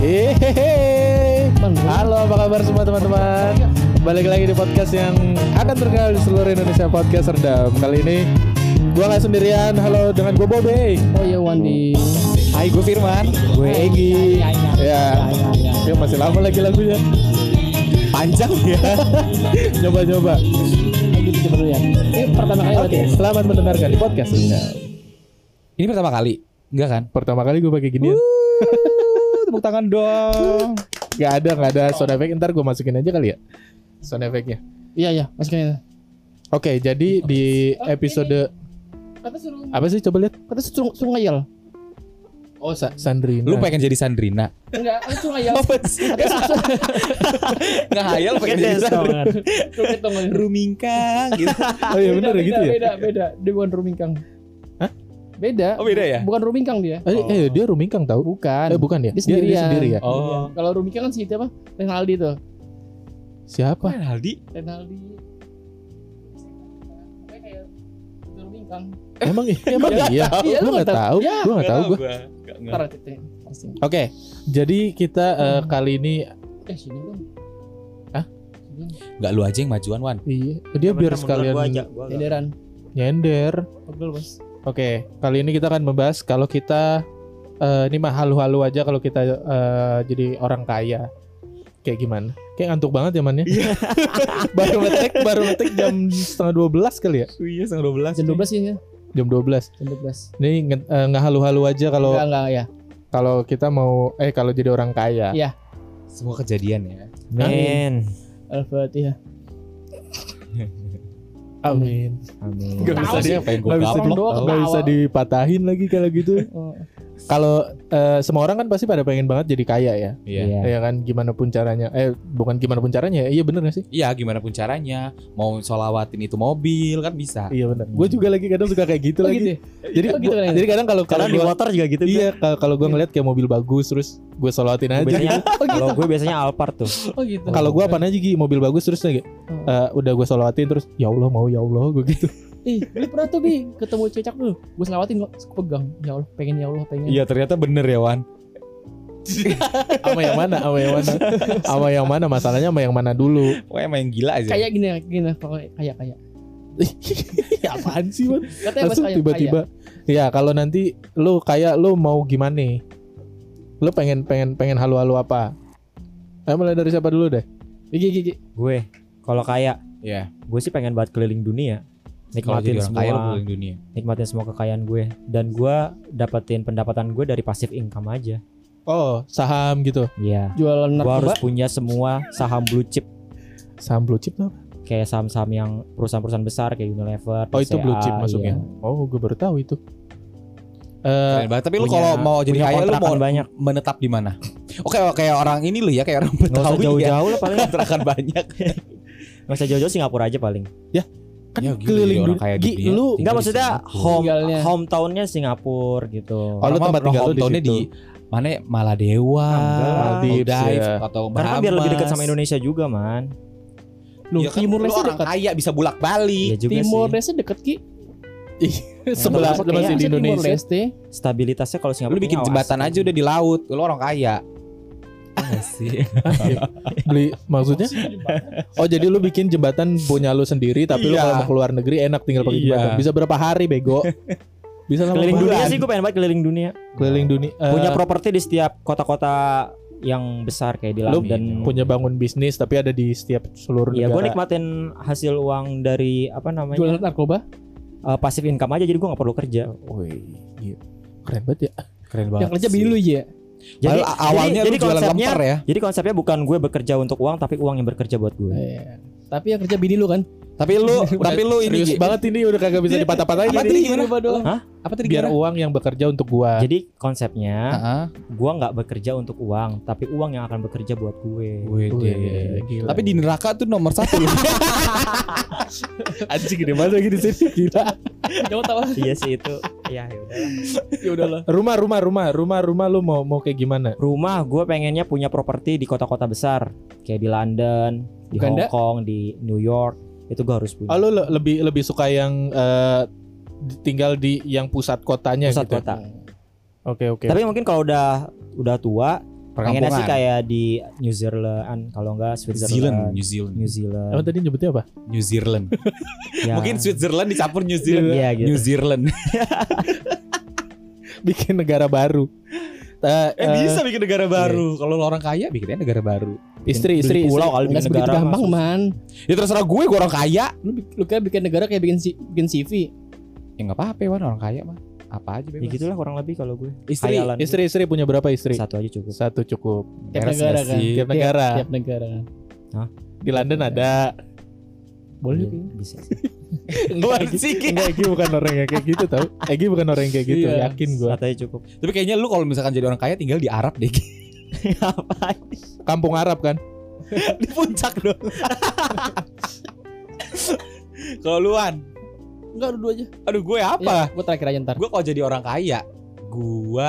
Hehehe. Halo, apa kabar semua teman-teman? Balik lagi di podcast yang akan terkenal di seluruh Indonesia, Podcast Rendam. Kali ini gua nggak sendirian. Halo, dengan gua Bobe. Oh ya Wandi. Hai, gue Firman. Gue Egi. Ya. Ya masih lama lagi lagunya. Panjang ya. Coba. Gitu coba dulu ya. Ini pertama kali Oke, selamat mendengarkan di Podcast Rendam. Ini pertama kali? Enggak kan? Pertama kali gue pakai ginian. Tepuk tangan dong. Gak ada sound effect. Ntar gue masukin aja kali ya sound effectnya. Iya, masukin. Oke, jadi di episode Kata suruh apa sih, coba lihat. kata suruh ngayal. Oh, Sandrina. Lu pengen jadi Sandrina? Enggak, aku suruh ngayal. Enggak hayal pengen jadi Sandrina. Rumingkang gitu. Oh iya bener ya gitu ya. Beda. Dia bukan rumingkang. Hah? Beda. Oh beda ya? Bukan rumingkang dia. Dia rumingkang tahu? Bukan. Bukan ya? Dia sendirian. Dia sendiri ya? Oh. Kalau rumingkang kan si itu apa? Renaldi tuh. Siapa? Aldi? Renaldi. Kayak itu rumingkang. Emang iya? Iya, Gue lu nggak nggak tahu. tahu. Gue nggak tahu gue. Ntar titik. Pasti. Oke, jadi kita kali ini Sini dong. Hah? Sini. Enggak, lu aja yang majuan, Wan. iya, dia biar sekalian Denderan. nyender. Pegel, Bos. Oke, kali ini kita akan membahas kalau kita ini mah halu-halu aja kalau kita jadi orang kaya. Kayak gimana? Kayak ngantuk banget ya mannya. Iya. baru ngetek jam 11:30 kali ya? Iya, setengah 12. Jam 12 sih ya. Jam 12. Jam 12. Ini nggak halu-halu aja kalau Enggak ya. kalau kita mau kalau jadi orang kaya. Iya. Semua kejadian ya. Amin. Al-Fatihah. Amin. Amin. Gak bisa Tahu sih. Apa yang gue Nggak bisa, Orang doa nggak bisa ketawa. dipatahin lagi kalau gitu. Oh. Kalau semua orang kan pasti pada pengen banget jadi kaya ya. Iya. Ya kan, gimana pun caranya. Bukan gimana pun caranya. Iya bener gak sih? Iya, gimana pun caranya. Mau sholawatin itu mobil kan bisa. Iya bener. Gue juga lagi kadang suka kayak gitu Oh, lagi. gitu ya? Jadi Oh, gitu kan ya? jadi kadang kalau Karena di gua- motor juga gitu. iya kalau gue ngeliat kayak mobil bagus terus gue sholawatin aja. Biasanya Oh, gitu. kalau gue biasanya Alphard tuh. Oh gitu. Kalau gue apaan aja Gi, mobil bagus terus lagi udah gue sholawatin terus ya Allah mau ya Allah gue gitu. Ih, Bi pernah tuh Bi ketemu cecak dulu. Gue selawatin gue pegang. Ya Allah, pengen ya Allah, pengen. Iya, ternyata bener ya, Wan. Sama yang mana? Sama yang mana? Masalahnya sama yang mana dulu? Pokoknya main gila aja. Kayak gini kalau kayak. Apaan sih man? Katanya Langsung kayak tiba-tiba. Ya kalau nanti lu kayak lu mau gimana nih? Lu pengen halu-halu apa? Mulai dari siapa dulu deh? Gigi. Gue kalau kayak Iya. gue sih pengen banget keliling dunia. Kalau jadi orang Nikmatin kaya lu semua, keliling dunia. nikmatin semua kekayaan gue, dan gue dapetin pendapatan gue dari passive income aja. Oh, saham gitu. Iya. Jualan Gue harus narkoba. punya semua saham blue chip, Saham blue chip apa? kayak saham-saham yang perusahaan-perusahaan besar kayak Unilever. Oh, itu TCA, blue chip masuknya. iya. Oh, gue baru tahu itu. Keren banget. Tapi lu punya- kalau mau jadi punya kaya lu kontrakan mau banyak. menetap di mana? Oke, kayak orang ini lu ya, kayak orang Nggak usah Betawi ya. jauh-jauh lah paling. Kontrakan banyak. Nggak usah jauh-jauh, Singapura aja paling. Kan Ya, gila, keliling jadi orang dunia. kaya di Gi, dunia. lu Enggak, maksudnya Tinggalnya. hometownnya Singapura gitu. Oh, lu tempat tinggal lu di hometownnya situ. di mana? Maladewa, Maldives, Maldives ya. atau Karena kan biar lebih dekat sama Bahamas. Indonesia juga, man. Lu Ya kan, Timur lu Leste orang dekat. kaya bisa bulak-balik. Iya juga Timur sih. Leste dekat Ki. Sebelah Kenapa masih kayak- di Timur Indonesia. Leste. Stabilitasnya kalau Singapura Lu bikin awas. jembatan aja udah di laut. Lu orang kaya. Iya sih. Beli maksudnya? Oh, jadi lu bikin jembatan punya lu sendiri tapi lu Iya. kalau mau keluar negeri enak tinggal pakai Iya. jembatan. Bisa berapa hari bego? Bisa lama Keliling banget. dunia sih, gue pengen banget keliling dunia. Keliling dunia. Punya properti di setiap kota-kota yang besar kayak di Lu London. punya bangun bisnis tapi ada di setiap seluruh Iya, gue negara. nikmatin hasil uang dari apa namanya, Jualan narkoba. passive income aja, jadi gue nggak perlu kerja. Wih, iya. Keren banget ya. Keren Yang kerja bini lu ya. Jadi awalnya lu jualan konsepnya, lemper ya. jadi konsepnya bukan gue bekerja untuk uang, tapi uang yang bekerja buat gue. Iya. Tapi yang kerja bini lu kan. Tapi lu ini Serius Gi. banget ini udah kagak bisa dipatah-patahin Apa ini. tadi gimana? Hah? Apa tadi Biar gimana? uang yang bekerja untuk gua. Jadi konsepnya Heeh. gue nggak bekerja untuk uang, tapi uang yang akan bekerja buat gue. Wih, gila. Tapi di neraka tuh nomor 1 loh. anjing gede banget lagi di sini gila. Jangan tahu. Iya sih itu. Ya udahlah. Ya udahlah. Rumah lu mau kayak gimana? Rumah gue pengennya punya properti di kota-kota besar, kayak di London, di Uganda? Hong Kong, di New York. Itu gue harus punya. Oh, lu lebih suka yang tinggal di yang pusat kotanya Pusat gitu. kota. Oke. Tapi mungkin kalau udah tua, Pengennya sih Perkampungan. kayak di New Zealand, kalau enggak Switzerland. New Zealand. New Zealand. Emang tadi nyebutnya apa? New Zealand. Ya. Mungkin Switzerland dicampur New Zealand. Iya gitu. New Zealand. Bikin negara baru. Bisa bikin negara baru. Kalau lo orang kaya bikinnya negara baru. Istri Beli pulau kali Enggak bikin sebegitu negara. gampang, mah. man. Ya terserah gue orang kaya. Lu kayak bikin negara kayak bikin CV. Ya enggak apa-apa Wan, orang kaya mah. Apa aja Ya bebas. gitulah kurang lebih kalau gue. Istri. Hayalan. Istri punya berapa istri? Satu aja cukup. Satu cukup. Tiap Beres negara nggak kan. sih? Tiap negara. Tiap negara. Di London ada. Boleh Iya, kayaknya. bisa. Enggak sih. Enggak, Egi bukan orang yang kayak gitu tau. Egi bukan orang yang kayak gitu, Iya. yakin gue. Satu aja cukup. Tapi kayaknya lu kalau misalkan jadi orang kaya tinggal di Arab deh. Apa? Kampung Arab kan? Di puncak dong. Kalau luan, Enggak, dua aja. aduh gue apa? Gue terakhir aja ntar. Gue kalau jadi orang kaya, gue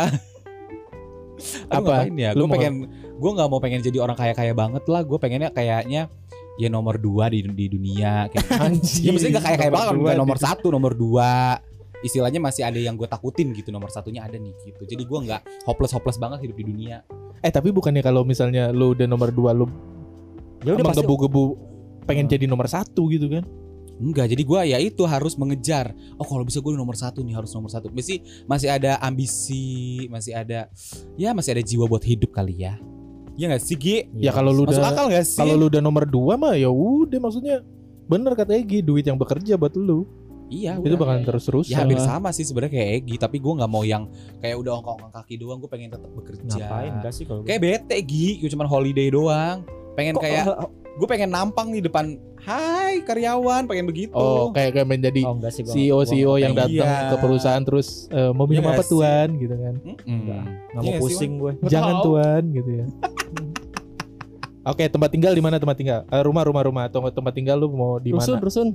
Apa? ngapain ya? Lu Gue nggak mau pengen jadi orang kaya banget lah. Gue pengennya kayaknya ya nomor 2 di dunia. Kayak, Anjing. ya maksudnya nggak kaya banget, Nomor nggak dua nomor 1, nomor 2. Istilahnya masih ada yang gue takutin gitu. Nomor satunya ada nih gitu. Jadi gue nggak hopeless banget hidup di dunia. Tapi bukannya kalau misalnya lu udah nomor 2 lu Ya udah pasti. menggebu-gebu pengen jadi nomor 1 gitu kan? Enggak, jadi gue ya itu harus mengejar. Oh kalau bisa gue nomor 1 nih, harus nomor 1. Masih ada ambisi, masih ada jiwa buat hidup kali ya. Iya nggak sih Gi? Ya kalau lu Masuk udah akal nggak sih? kalau lu udah nomor 2 mah ya udah, maksudnya bener kata Egi, duit yang bekerja buat lu. Iya, Itu udah. bakalan terus-terusan. Ya hampir sama sih sebenarnya kayak Egi, tapi gue nggak mau yang kayak udah ongkong kaki doang. Gue pengen tetap bekerja. Ngapain enggak sih kalau gue? Kayak bete Gi, gue cuman holiday doang. Pengen gue pengen nampang nih depan, hai karyawan, pengen begitu. Oh, kayak menjadi Oh enggak sih gua. CEO yang Iya. datang ke perusahaan terus mau minum Iya apa sih. tuan gitu kan. Enggak mau Iya sih, pusing gue. Jangan tuan gitu ya. Oke, tempat tinggal di mana tempat tinggal? Rumah atau tempat tinggal lu mau di mana? Rusun.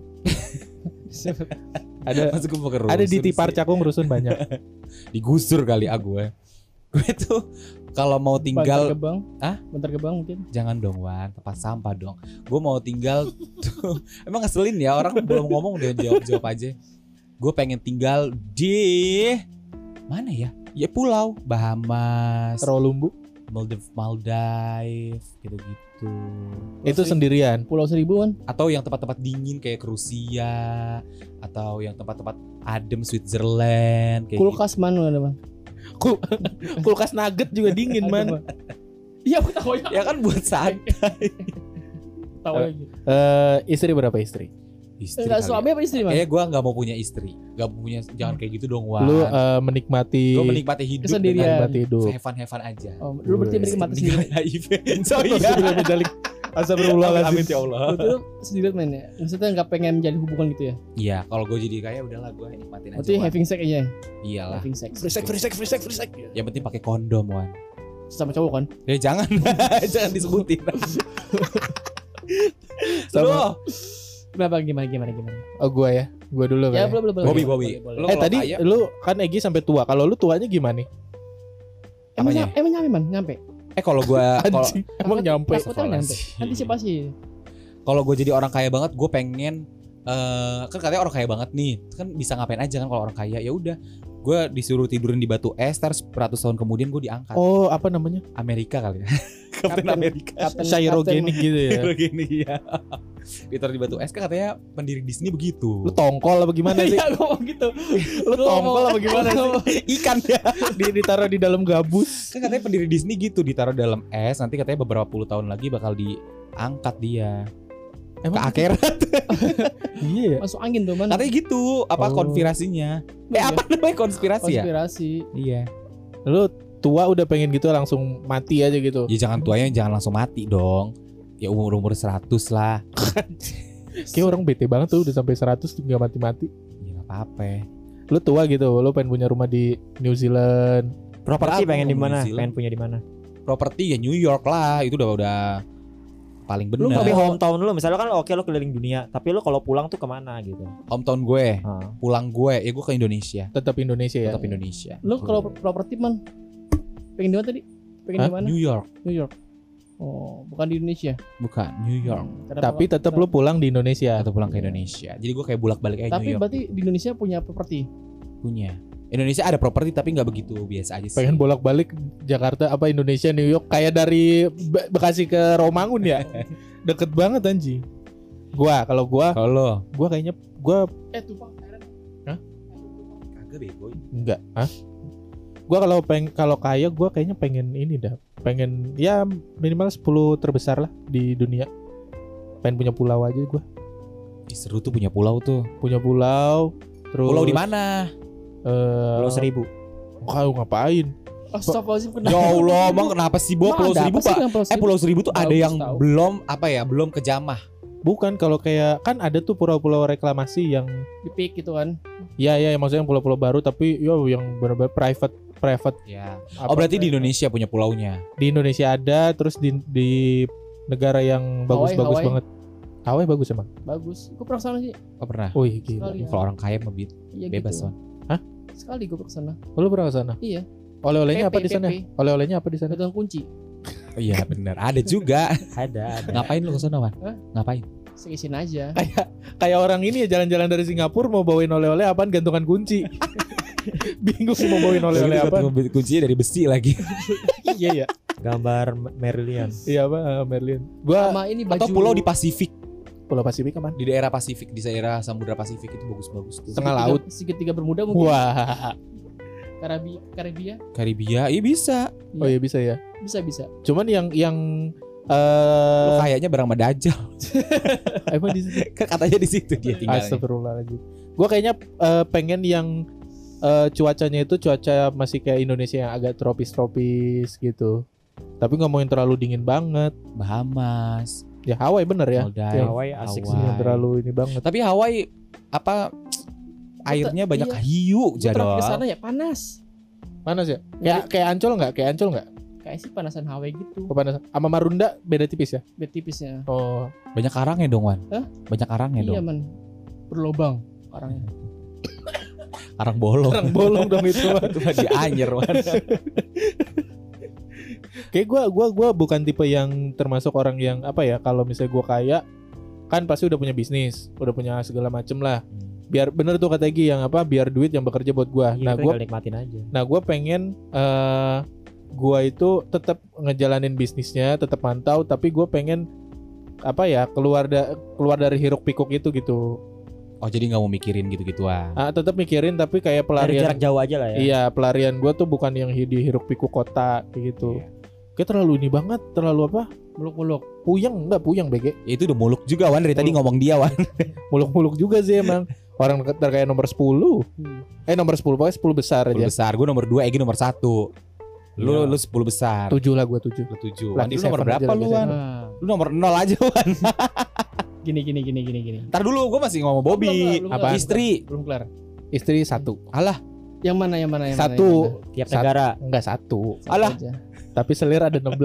Ada Masuk gue pakai ada di rusun Tipar sih. Cakung rusun banyak. Digusur kali gue. Gue tuh kalau mau tinggal Bantar Gebang. Hah? Bantar Gebang mungkin. jangan dong Wan, tempat sampah dong. Gue mau tinggal tuh emang ngeselin ya orang belum ngomong udah jawab aja. Gue pengen tinggal di mana ya? Ya pulau Bahamas, Rawalumbu. Maldives gitu-gitu. Itu sendirian. Pulau Seribu kan. Atau yang tempat-tempat dingin kayak ke Rusia, atau yang tempat-tempat adem Switzerland kayak Kulkas mana ada, Bang? Kulkas nugget juga dingin man. Iya, aku tahu ya. gitu. Ya kan buat saat Tahu lagi. Istri berapa istri? istri. Enggak, kali suami ya. apa istri, Bang? Kayaknya gue nggak mau punya istri, nggak punya, jangan kayak gitu dong Wan. Lu menikmati Gue menikmati hidup Kesendirian. dengan menikmati hidup. have fun aja. Oh, lu berarti menikmati sendiri. So iya. Astagfirullahaladzim. Amin ya Allah. Lu tuh sendiri main ya. Maksudnya enggak pengen menjalin hubungan gitu ya. Iya, kalau gue jadi kaya udahlah gue nikmatin aja. Berarti Wan. having sex aja. Iyalah. Having sex. Free sex. Yang penting pakai kondom Wan. Sama cowok kan? Ya jangan, jangan disebutin. Sama- Lu, Kenapa gimana? Oh gua ya. Gua dulu Ya, kan. belum. Bobby. Boleh. Lu kalau Tadi kaya- lu kan Egi sampai tua. Kalau lu tuanya gimana nih? Apanya? Emang nyampe, Man? Nyampe. kalau gue Anjing, emang nyampe. Takutnya nyampe. Antisipasi. Kalau gue jadi orang kaya banget, gue pengen kan katanya orang kaya banget nih, kan bisa ngapain aja kan kalau orang kaya. Ya udah, gue disuruh tidurin di batu es, terus 100 tahun kemudian gue diangkat. Oh, apa namanya? Amerika kali ya. Kapten Amerika. Cheirogenik gitu ya. Begini ya. Ditaruh di batu es kan katanya pendiri Disney begitu. Lu tongkol apa gimana sih? Iya, ngomong gitu. Lu tongkol apa gimana sih? Ikan ya. Ditaruh di dalam gabus. Kan katanya pendiri Disney gitu, ditaruh dalam es, nanti katanya beberapa puluh tahun lagi bakal diangkat dia. Ke Emang akhirat. iya ya. Masuk angin tuh, Man. Katanya gitu, apa Oh. konspirasinya? Iya. Apa namanya konspirasi ya? Konspirasi. Iya. Lu tua udah pengen gitu langsung mati aja gitu. Ya jangan tuanya jangan langsung mati dong. Ya umur 100 lah. Kayak orang bete banget tuh udah sampai 100 tuh nggak mati-mati. Ya enggak apa-apa. Lu tua gitu, lu pengen punya rumah di New Zealand. Properti Berapa pengen di ngomong mana? New Zealand? Pengen punya di mana? Properti ya New York lah, itu udah paling Lu benar. tapi hometown lu misalnya kan oke lu keliling dunia, tapi lu kalau pulang tuh kemana gitu? Hometown gue, Ah. pulang gue, ya gue ke Indonesia. Tetap Indonesia ya. Tetap Indonesia. Lu kalau properti, Man, pengen di mana tadi? Pengen Hah? di mana? New York, New York. Oh, bukan di Indonesia. bukan New York. Tapi tetap lu pulang di Indonesia. Atau pulang ke Indonesia. Jadi gue kayak bolak-balik aja New Tapi York. berarti di Indonesia punya properti. Punya. Indonesia ada properti tapi nggak begitu biasa aja sih. Pengen bolak-balik Jakarta apa Indonesia New York kayak dari Bekasi ke Romangun ya. Deket banget anjing. Kalau gua kayaknya Tumpang Thailand. Kagak bego. enggak. Hah? Gua kalau kaya gua kayaknya pengen ini dah. Pengen ya minimal 10 terbesar lah di dunia. Pengen punya pulau aja gua. Ih, seru tuh punya pulau tuh. Punya pulau terus Pulau di mana? Pulau Seribu. Kau ngapain? Astagfirullahaladzim, Ya Allah, emang kenapa sih Bob? Pulau Seribu Pak? Pulau Seribu tuh ada Bagus yang tahu. belum kejamah. Bukan, kalau kayak kan ada tuh pulau-pulau reklamasi yang Di peak gitu kan. ya maksudnya pulau-pulau baru tapi yang benar-benar private Ya. apa, Oh berarti di Indonesia punya pulaunya. di Indonesia ada, terus di negara yang bagus-bagus Hawaii. banget. Hawaii bagus emang. Bagus. Gue pernah kesana sih. Oh pernah. Wih gila. Sekali. Kalau orang kaya mah Iya bebas gitu. Son. Sekali gue pernah kesana. Oh, lu pernah ke sana? Iya. Oleh-olehnya apa PP. di sana? Oleh-olehnya apa di sana? Pegang kunci. Oh, iya benar. Ada juga. Ada. Ngapain lu ke sana, Wan? Hah? Ngapain? Sekisin aja. Kayak orang ini ya jalan-jalan dari Singapura mau bawain oleh-oleh apaan gantungan kunci. Bingung mau bawain oleh-oleh apa? Kuncinya dari besi lagi. Iya ya. Gambar Marillion. Iya apa Merlin. Gua Sama ini baju. Atau pulau di Pasifik, Pulau Pasifik aman. di daerah Pasifik, di daerah Samudra Pasifik itu bagus-bagus tuh. Tengah laut. Segitiga bermuda mungkin. Wah. Karibia. Karibia, iya bisa. Oh iya bisa ya. Bisa. Cuman yang Lu kayaknya barang sama Dajjal. emang di situ. Katanya di situ dia tinggalnya. Astagfirullahaladzim. Gua kayaknya pengen yang cuacanya itu cuaca masih kayak Indonesia yang agak tropis-tropis gitu. Tapi nggak mau yang terlalu dingin banget. Bahamas, Ya Hawaii bener ya. Maldives, Yang Hawaii asik Hawaii. yang terlalu ini banget. Tapi Hawaii apa airnya banyak iya. hiu Gue pernah jadwal. kesana ya panas. Panas ya? Kayak Ancol nggak? Kayak Ancol nggak? Kayak sih panasan Hawaii gitu. Panas. Sama Marunda beda tipis ya? Bed tipisnya. Oh. Banyak karangnya dong, Wan. Hah? Banyak karangnya Iya dong. man. Berlobang orangnya. Karang bolong. Orang bolong dong itu. Itu mah di Anyer, Wan. Kayak gua bukan tipe yang termasuk orang yang apa ya, kalau misalnya gua kaya kan pasti udah punya bisnis, udah punya segala macem lah. Biar bener tuh kata Egy yang apa, biar duit yang bekerja buat gua. Iya, Nah kita gua tinggal nikmatin aja. Nah, pengen gua itu tetap ngejalanin bisnisnya, tetap mantau, tapi gua pengen apa ya, keluar dari hiruk pikuk itu gitu. Oh, jadi nggak mau mikirin gitu-gituan. Tetap mikirin tapi kayak Dari pelarian. jarak jauh aja lah ya. Iya, pelarian gua tuh bukan yang di hiruk pikuk kota kayak gitu. Iya. Kayak terlalu ini banget, terlalu apa? Muluk-muluk. Puyeng BG. Ya, itu udah muluk juga, Wan. Dari tadi ngomong dia, Wan. Muluk-muluk juga sih emang. Orang kayak nomor 10. Nomor 10 pokoknya 10 besar 10 aja. besar. Gue nomor 2, Egy nomor 1. Lu 10 besar. 7 lah gua 7. Lu 7. Lucky Wan, lu nomor seven aja, berapa lucky lu, seven. Wan? Nah, Lu nomor 0 aja, Wan. gini. Ntar dulu, gue masih ngomong Bobby. Belum, Apaan? Istri. Belum kelar. Istri 1. Alah, Yang mana? Satu. Tiap Sat- negara. Enggak 1. Satu Alah. aja. Tapi selir ada 16.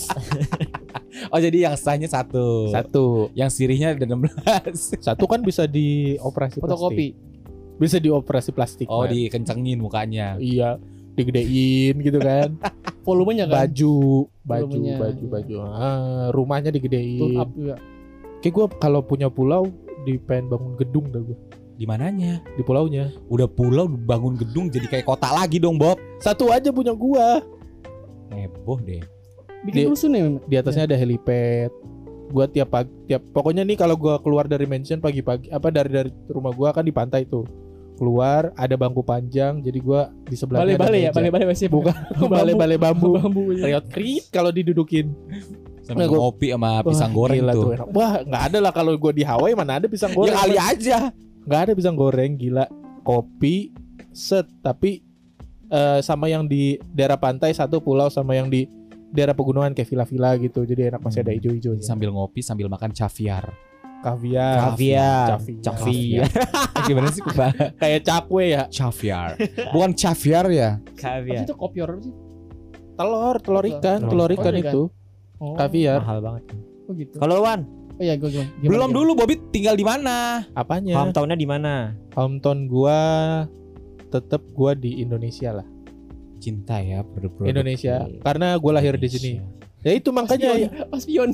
oh jadi yang sahnya 1. 1. Yang sirihnya ada 16. 1 kan bisa dioperasi Fotokopi. plastik. Bisa dioperasi plastik. Oh, Man. dikencengin mukanya. Iya, digedein gitu kan. Volumenya kan. Baju. Volumenya, Rumahnya Tune digedein. up juga. Kayak gue kalau punya pulau pengen bangun gedung dah gue Di mananya? di pulaunya. Udah pulau bangun gedung jadi kayak kota lagi dong, Bob. 1 aja punya gua. Heboh deh. Bikin rusun ya. Di atasnya ada helipad. Gua tiap pokoknya nih kalau gua keluar dari mansion pagi-pagi dari rumah gua kan di pantai tuh. Keluar ada bangku panjang, jadi gua di sebelahnya Bale-bale ya, ada meja. bale-bale masih. Bukan bale-bale bambu. Bambu. Riot krit kalau didudukin. Sambil Nah, gua- ngopi sama pisang goreng Gila tuh. enak. Wah, nggak ada lah kalau gua di Hawaii mana ada pisang goreng. Ya kali aja. Nggak ada pisang goreng, gila. Kopi set, tapi sama yang di daerah pantai satu pulau sama yang di daerah pegunungan kayak villa-villa gitu. Jadi enak, masih ada hijau-hijaunya. Sambil ngopi sambil makan caviar. Kaviar. Caviar. Caviar. Gimana sih Kuba? Kayak cakwe ya. Caviar. Bukan caviar ya? Apa Kaviar. sih itu kopior apa sih? Telur ikan, telur ikan Telur ikan. itu. Oh. Kaviar. Mahal banget. Oh gitu. Kalau Wan, Oh iya, gue gimana? Belum dulu, Bobby tinggal di mana? Apanya? hometown-nya di mana? Hometown gua tetap gua di Indonesia lah. Cinta ya produk-produk Indonesia. Karena gua lahir di sini. Ya itu makanya Paspion.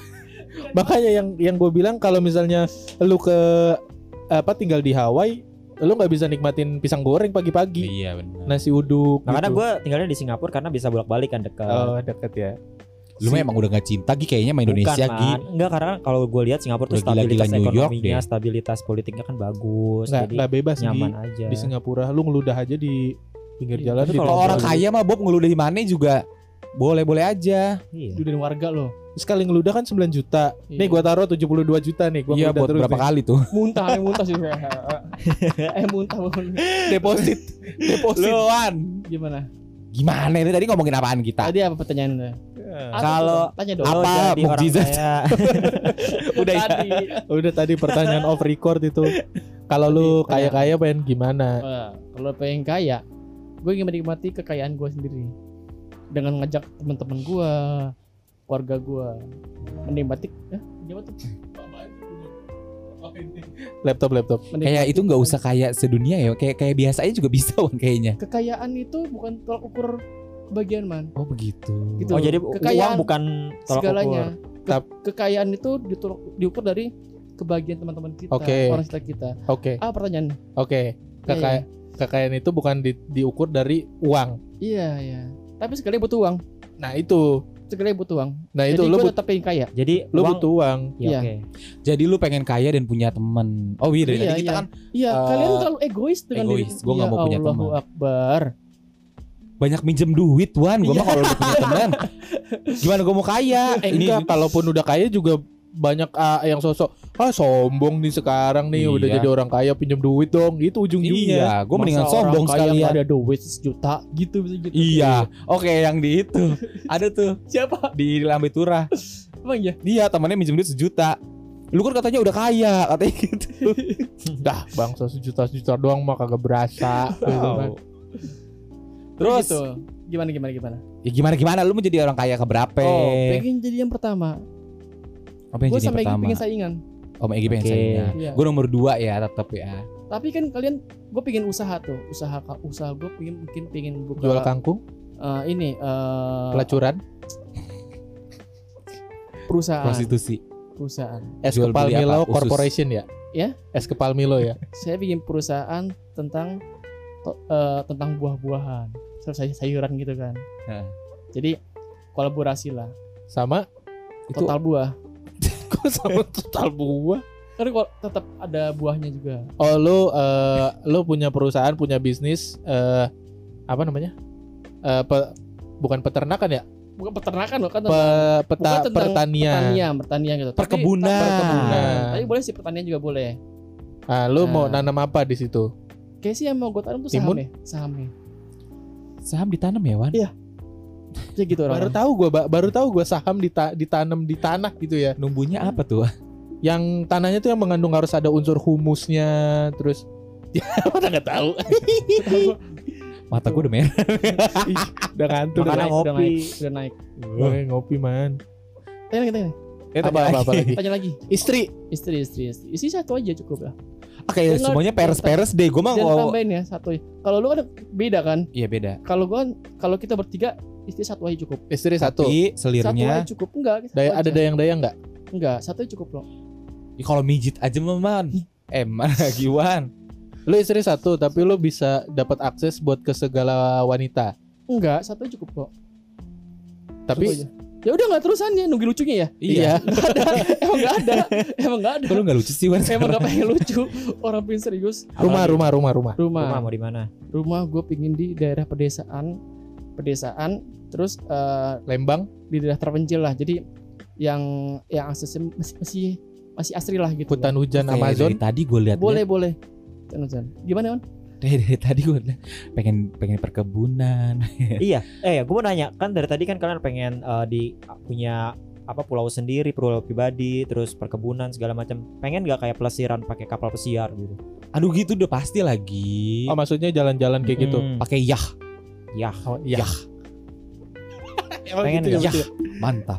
makanya yang gue bilang kalau misalnya lu tinggal di Hawaii lu nggak bisa nikmatin pisang goreng pagi-pagi, Iya benar. nasi uduk. Nah, karena gitu. gue tinggalnya di Singapura karena bisa bolak-balik kan dekat. Oh deket ya. Lu mah emang udah gak cinta Gi kayaknya sama Indonesia Bukan, Gi. Man. Enggak, karena kalau gue lihat Singapura tuh Udah gila-gila stabilitas New York ekonominya, deh. stabilitas politiknya kan bagus. Jadi Nggak bebas nyaman di aja. Singapura. Lu ngeludah aja di pinggir Iya, jalan. tapi di Kalau tempat orang lu. kaya mah Bob ngeluh dari mana juga boleh-boleh aja. Iya. Dudain warga lo. Sekali ngeludah kan 9 juta. Nih Iya. gua taruh 72 juta nih. Gua Iya ngeludah buat terus berapa nih. kali tuh. Muntah sih. Muntah. Deposit. Deposit. Lu Wan, Gimana? gimana ini tadi ngomongin apaan kita? Tadi apa pertanyaannya? Kalau- tanya dong. Apa Kalau jadi orang mukjizat? kaya, Udah ya. Tadi. Udah tadi pertanyaan off record itu. Kalau lu Tadi, kaya-kaya pengen gimana? Wah, kalau pengen kaya, gue ingin menikmati kekayaan gue sendiri dengan ngajak teman-teman gue, keluarga gue menikmati. Gimana tuh? Laptop. Kayak itu nggak usah kayak sedunia ya. Kayak biasa aja juga bisa Wan kayaknya. Kekayaan itu bukan tolak ukur kebahagiaan man. Oh begitu. Gitu. oh jadi Kekayaan uang bukan tolak segalanya. ukur. Kekayaan itu diukur dari kebahagiaan teman-teman kita, Oke. orang sekitar kita. Oke. Pertanyaan? Oke. Iya, Kekayaan itu bukan diukur dari uang. Iya. Tapi sekali butuh uang. Nah itu. Sekali butuh uang. Nah Jadi itu lu gue tetap pengen kaya. Jadi lu uang, butuh uang. ya, Iya. oke. Jadi lu pengen kaya dan punya temen. Oh iya dari Iya, tadi kita iya. kan Iya, Eh, kalian terlalu egois dengan egois. diri. Gua nggak mau punya Allahu teman. Akbar. banyak minjem duit Wan. Gue mah kalau udah punya temen gimana gue mau kaya? Enggak, kalaupun udah kaya juga banyak yang sosok sombong nih sekarang nih udah Iya. jadi orang kaya pinjam duit dong gitu ujung-ujungnya. Iya, gue mendingan Masa sombong orang kaya sekalian. nggak ada duit 1 juta gitu bisa gitu. Iya, oke yang di itu ada tuh Siapa? di Lambe Turah. Emang ya? Dia temannya minjem duit 1 juta. Lu kan katanya udah kaya, katanya gitu. Dah bangsa sejuta doang mah kagak berasa gitu kan. Terus gitu. Gimana? ya gimana lu mau jadi orang kaya keberapa? Oh, pengen jadi yang pertama. Apa yang Gue jadi sama Egy pertama? pengen saingan. Oh, Egy pengen Oke. saingan. Iya. Gue nomor 2 ya tetap ya. Tapi kan kalian, gue pengen usaha tuh, usaha gue pengen buka Jual kangkung, ini pelacuran, perusahaan. Prostitusi. Jual Eskepal beli apa? Milo Usus. Corporation ya? Ya? Eskepal Milo ya. Saya bikin perusahaan tentang buah-buahan, sayuran gitu kan. Heeh. Jadi kolaborasi lah, Sama Itu total buah. kok sama total buah. Karena kok tetap ada buahnya juga. Oh lu punya perusahaan, punya bisnis apa namanya? Bukan peternakan ya? Bukan peternakan loh kan, Bukan pertanian. pertanian gitu. Perkebunan. Tapi boleh sih pertanian juga boleh. Ah, lu mau Nah. nanam apa di situ? Kayak sih yang mau gue tanam tuh Timun? sahamnya. saham ditanam ya, Wan? Iya. Jadi gitu Baru orang. tahu gua saham ditanam di tanah gitu ya. Numbuhnya apa tuh? Yang tanahnya tuh yang mengandung harus ada unsur humusnya, terus ya mana nggak tahu. Mata gue udah merah. Udah ngantuk. Makanya udah ngopi. naik. Oke, ngopi man. Tanya. Apa lagi? Tanya lagi. Istri. Istri satu aja cukup lah. Oke, Jangan- semuanya peres-peres deh. Gue mah Jangan kalau tambahin ya satu. Kalau lu kan beda kan. iya beda. Kalau kita bertiga istri satu aja cukup. Istri satu. Tapi Satu selirnya aja cukup. Enggak. satu Ada aja. dayang-dayang nggak? Enggak, satu aja cukup loh. ya, kalau mijit aja mah, Man. Mana lagi, Wan? Lu istri satu, tapi lu bisa dapat akses buat ke segala wanita. Enggak, satu aja cukup kok. Cukup Tapi aja. Ya udah enggak terusannya nunggu lucunya ya. iya. Emang enggak ada. Kok lu gak lucu sih, Wan? Emang enggak pengen lucu. Orang pengen serius. Rumah. Rumah mau di mana? Rumah gue pingin di daerah pedesaan terus Lembang. di daerah terpencil lah. Jadi yang aksesnya masih asri lah gitu. Hutan hujan Kayak Amazon. dari tadi gue lihat Boleh. Jangan. Gimana, On? dari tadi gue pengen perkebunan. Iya. Gue mau nanya, kan dari tadi kan kalian pengen punya apa pulau sendiri, pulau pribadi, terus perkebunan segala macam. Pengen gak kayak pelesiran pakai kapal pesiar gitu? Aduh gitu udah pasti lagi. Oh, maksudnya jalan-jalan kayak gitu. Pakai yah. Yah. Oh, iya. Emang Pengen gitu nggak? ya? Mantap.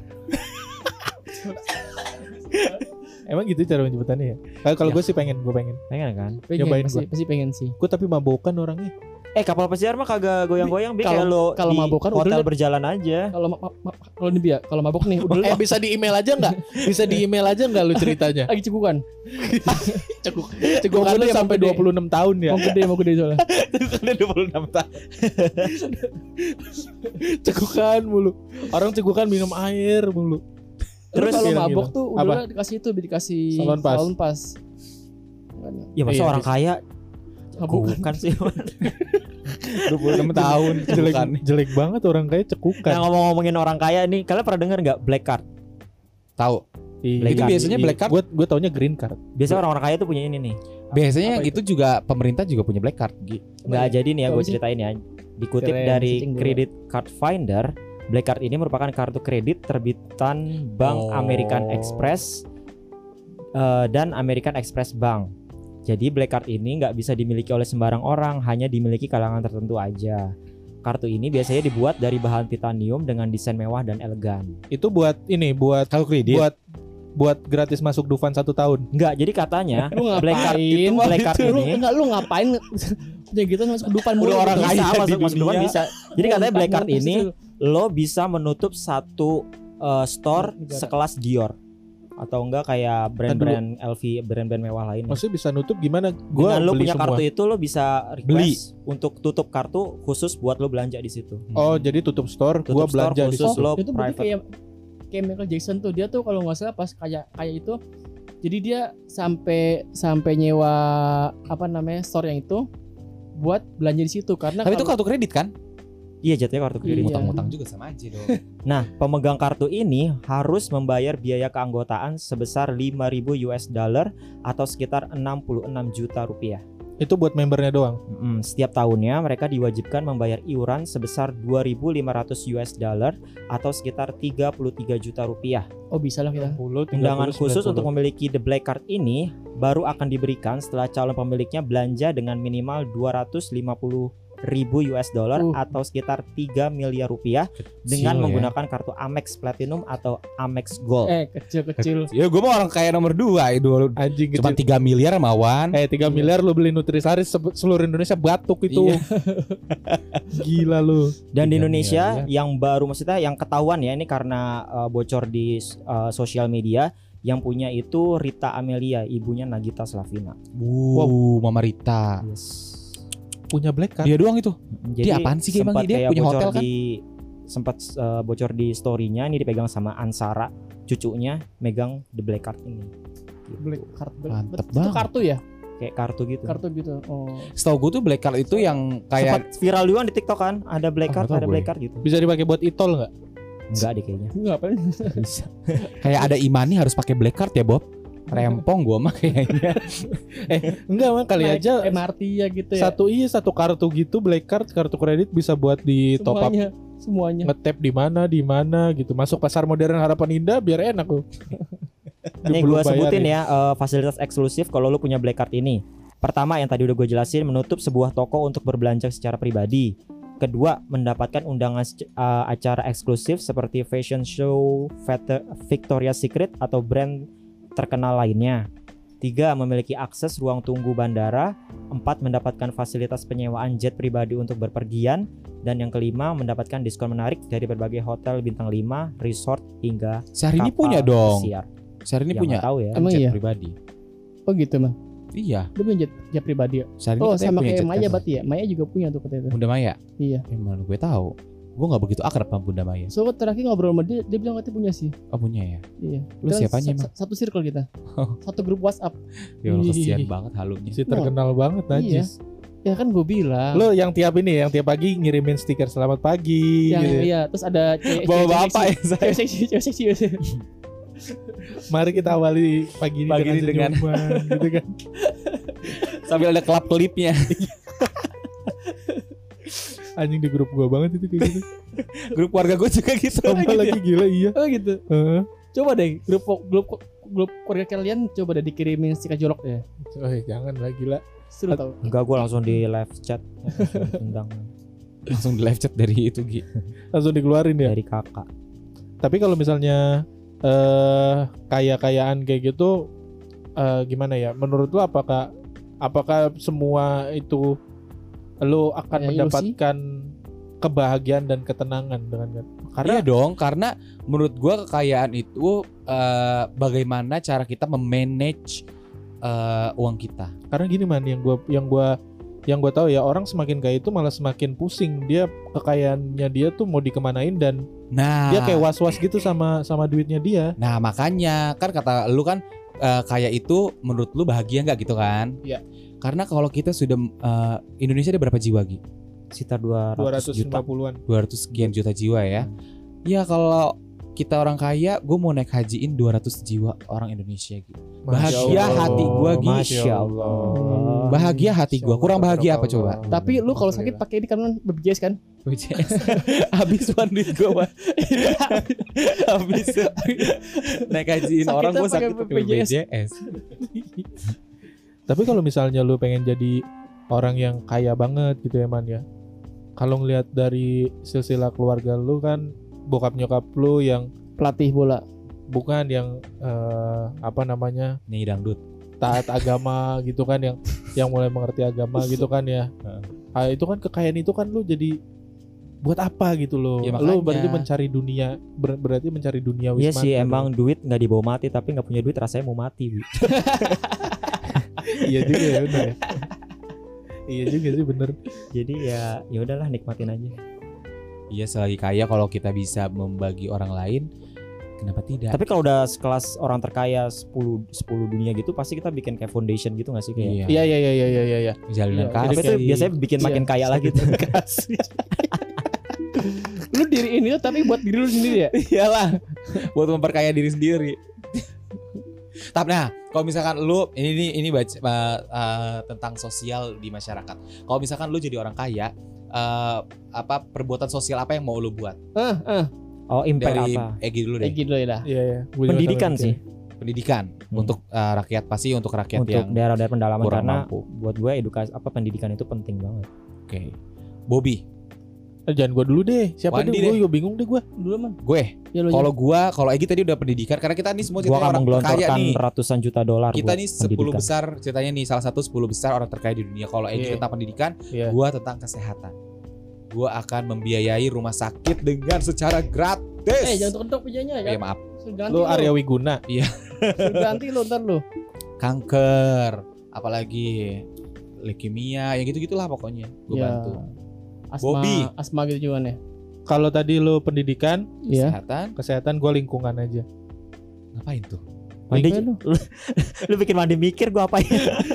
Emang gitu cara penyebutannya ya? Kalau gue sih pengen, Pengen kan? Pengen, Nyobain pasti pengen sih. Gue tapi mabokan orangnya. Kapal pesiar mah kagak goyang-goyang, Bi, kayak Kalau- lo kalau di mabokan hotel udah- berjalan aja. Kalau nih ya, kalau mabok nih udah Bisa di email aja nggak? Bisa di email aja nggak lu ceritanya? lagi cegukan. Cegukan lu gede, sampai mau gede. 26 tahun ya. Mau gede soalnya. Kan 26 tahun. Cegukan mulu. Orang cegukan minum air mulu. Terus kalau Gila, mabok gila. tuh udah dikasih itu, dikasih Salon pas. pas. Ya masa Iya, orang bisa. kaya Mabokan. bukan sih. 26 tahun Jelek, cegukan. jelek banget orang kayak Nah, cekukan. ngomong-ngomongin orang kaya nih, kalian pernah dengar nggak black card? Tahu. Black Itu card. biasanya black card. Gue taunya green card. Biasanya orang-orang kaya tuh punya ini nih. Biasanya Apa itu juga pemerintah juga punya black card. Nggak jadi nih ya, Apa gue sih? ceritain ya. Dikutip Keren, dari cacing gua. Credit Card Finder, black card ini merupakan kartu kredit terbitan Bank Oh. American Express dan American Express Bank. Jadi black card ini nggak bisa dimiliki oleh sembarang orang, hanya dimiliki kalangan tertentu aja. Kartu ini biasanya dibuat dari bahan titanium dengan desain mewah dan elegan. Itu buat ini, buat Kalau kredit. buat gratis masuk Dufan 1 tahun. Enggak, jadi katanya Lu black card ngapain? black card Lu ini enggak, lu ngapain punya gitu masuk ke depan mulu. Udah orang Bisa. kaya bisa di masuk depan dunia. bisa. Jadi katanya black card Mau- ini lo bisa menutup satu store Negara. sekelas Dior atau enggak kayak brand-brand LV, brand-brand mewah lainnya. Maksudnya bisa nutup gimana? Gua Dengan lo beli punya semua. kartu itu lo bisa request untuk tutup kartu khusus buat lo belanja di situ. Oh, jadi tutup store, Tutup gua belanja store di khusus situ. lo Itu berarti private. kayak Michael Jackson tuh, dia tuh kalau nggak salah pas kayak itu, jadi dia sampai nyewa apa namanya store yang itu buat belanja di situ karena Tapi itu kalau- kartu kredit kan? Iya, jatuhnya kartu kredit. Iya. Ngutang-ngutang juga sama aja dong. Nah, pemegang kartu ini harus membayar biaya keanggotaan sebesar 5.000 US dollar atau sekitar 66 juta rupiah. Itu buat membernya doang. Setiap tahunnya mereka diwajibkan membayar iuran sebesar 2.500 US dollar atau sekitar 33 juta rupiah. oh bisa lah kita. 10, 30, Undangan khusus 90. untuk memiliki The Black Card ini baru akan diberikan setelah calon pemiliknya belanja dengan minimal 250.000 US dollar atau sekitar 3 miliar rupiah dengan ya. menggunakan kartu Amex Platinum atau Amex Gold. Kecil-kecil. Ya gue mah orang kaya nomor 2 itu. anjing Cuma kecil. 3 miliar mawan. 3 miliar lu beli Nutrisaris seluruh Indonesia batuk itu. Iya. Gila lu. Dan di 3 Indonesia miliar. yang baru, maksudnya yang ketahuan ya, ini karena bocor di sosial media, yang punya itu Rita Amelia, ibunya Nagita Slavina. Mama Rita. Yes. Punya black card. Dia doang itu. Jadi Dia apaan sih, Ki, emang? sempat Dia kayak punya bocor hotel kan? sempat bocor di story-nya, ini dipegang sama Ansara, cucunya megang The Black Card ini. Gitu. Black card. Mantep Itu banget. kartu ya? Kayak kartu gitu. Kartu gitu. Oh. Setahu gue tuh black card itu yang Sempat kayak viral juga di TikTok kan, ada Black Ah, Card, nggak tahu ada gue. Black Card gitu. Bisa dipakai buat e-tol nggak? Enggak deh kayaknya. Ngapain? bisa. Kayak ada Imani harus pakai black card ya, Bob. Rempong gua mah kayaknya. Enggak, mah kali Naik aja MRT ya gitu ya. satu kartu gitu black card, kartu kredit bisa buat di top up, Semuanya. ngetap di mana gitu. Masuk pasar modern Harapan Indah biar enak tuh. Nih gue sebutin ya fasilitas eksklusif kalau lu punya Black Card ini. Pertama yang tadi udah gue jelasin, menutup sebuah toko untuk berbelanja secara pribadi. Kedua, mendapatkan undangan acara eksklusif seperti fashion show Victoria's Secret atau brand terkenal lainnya. 3. Memiliki akses ruang tunggu bandara. 4. Mendapatkan fasilitas penyewaan jet pribadi untuk berpergian. Dan yang kelima, mendapatkan diskon menarik dari berbagai hotel bintang 5, resort hingga Syahrini kapal punya dong. pesiar. Syahrini Yang punya nggak tahu ya. Emang jet iya? pribadi. Oh gitu mah. Iya. Dia punya jet pribadi ya? Syahrini Oh katanya sama punya kayak jet Maya pribadi. berarti ya? Maya juga punya tuh katanya itu. Bunda Maya. Iya. Emang gue tahu. Gue nggak begitu akrab sama Bunda Maya. So terakhir ngobrol sama dia bilang katanya punya sih. Oh punya ya. Iya. Lu Kita siapanya emang? Satu circle kita. Oh. Satu grup WhatsApp. Ya Allah, kesian Ih. banget halunya. Si terkenal banget najis. Ya kan gue bilang. Lo yang tiap pagi ngirimin stiker selamat pagi yang gitu. iya terus ada Bawa bapak ya saya. cewek seksi. Mari kita awali pagi ini Pagi ini dengan- senyuman, gitu kan. Sambil ada klap klipnya. Anjing di grup gua banget itu kayak gitu. Grup keluarga gue juga gitu. Sama lagi gila iya. Oh gitu. Heeh. Coba deh grup keluarga kalian coba deh dikirimin stiker jorok ya. Jangan lah gila. Seru tau. Enggak, gue langsung di live chat. Langsung tendang Langsung di live chat dari itu Gi. Langsung dikeluarin ya. dari kakak. Tapi kalau misalnya kaya-kayaan kayak gitu gimana ya? Menurut lu apakah semua itu lu akan Ya, mendapatkan kebahagiaan dan ketenangan dengan Karena dong, karena menurut gua kekayaan itu bagaimana cara kita memanage uang kita. karena gini man, yang gua tahu ya, orang semakin kaya itu malah semakin pusing. Dia kekayaannya dia tuh mau dikemanain dan Nah, dia kayak was-was gitu sama duitnya dia. nah makanya kan kata lu kan kaya itu menurut lu bahagia nggak gitu kan? Iya. Karena kalau kita sudah Indonesia ada berapa jiwa Gi? Sekitar 200 juta. 250-an. 200 sekian juta jiwa ya. Ya kalau kita orang kaya, gue mau naik hajiin 200 jiwa orang Indonesia gitu. Bahagia hati gua, Gi. Masya Allah. Bahagia hati gua. Kurang bahagia apa coba? Tapi lu kalau sakit pakai ini kan BPJS kan? BPJS. Habis one duit gua. Habis. Naik hajiin Sakitnya orang gua pakai sakit pakai BPJS. BPJS. Tapi kalau misalnya lu pengen jadi orang yang kaya banget gitu ya man ya, kalau ngelihat dari silsilah keluarga lu kan, bokap nyokap lu yang Pelatih bola. bukan yang apa namanya, Nyanyi dangdut. taat agama gitu kan, yang mulai mengerti agama gitu kan ya. Itu kan kekayaan itu kan lu jadi buat apa gitu loh. Ya, Lu makanya. berarti mencari dunia, berarti mencari dunia Iya wisman sih, gitu. emang duit nggak dibawa mati, tapi nggak punya duit rasanya mau mati. Wi. Iya juga ya, bener ya. Iya juga sih, bener. Jadi ya udahlah, nikmatin aja. Iya, selagi kaya kalau kita bisa membagi orang lain, kenapa tidak? Tapi kalau udah sekelas orang terkaya 10 dunia gitu, pasti kita bikin kayak foundation gitu nggak sih kayak. Iya. Jalinan Iya, kasih. Tapi itu biasanya bikin Iya, makin kaya lagi tuh. Lu diriin itu tapi buat diri lu sendiri ya? Iyalah, buat memperkaya diri sendiri. Tapi nah, kalau misalkan lu ini baca tentang sosial di masyarakat. Kalau misalkan lu jadi orang kaya, apa perbuatan sosial apa yang mau lu buat? Oh, impact Dari apa? Egi dulu deh. Kayak gitu ya dah. Iya. Pendidikan sih. Pendidikan untuk rakyat, pasti untuk rakyat Untuk yang daerah-daerah pedalaman, kurang karena mampu. buat gue edukasi pendidikan itu penting banget. Oke. Bobby, Jangan gua dulu deh. Siapa Wandi deh? deh. Gua bingung deh gua. Dulu man. gue. Ya lu. Kalau Egi tadi udah pendidikan, karena kita nih semua Gue ceritanya akan orang kaya menggelontorkan nih. ratusan juta dolar Kita buat nih 10 pendidikan. besar ceritanya nih, salah satu 10 besar orang terkaya di dunia. Kalau Egi Iya. tentang pendidikan, Iya. gua tentang kesehatan. Gua akan membiayai rumah sakit dengan secara gratis. Jangan ketok pijanya Ya ya. maaf, Lu Arya Wiguna. Ganti lu ntar lu. kanker, apalagi leukemia, ya gitu-gitulah pokoknya. Gua Ya. bantu. Bobby. Bobby. Asma gitu juga nih. Kalau tadi lu pendidikan, Iya. kesehatan, gua lingkungan aja. Ngapain tuh? Mandi, Lingkungan lu bikin mandi mikir gue apain?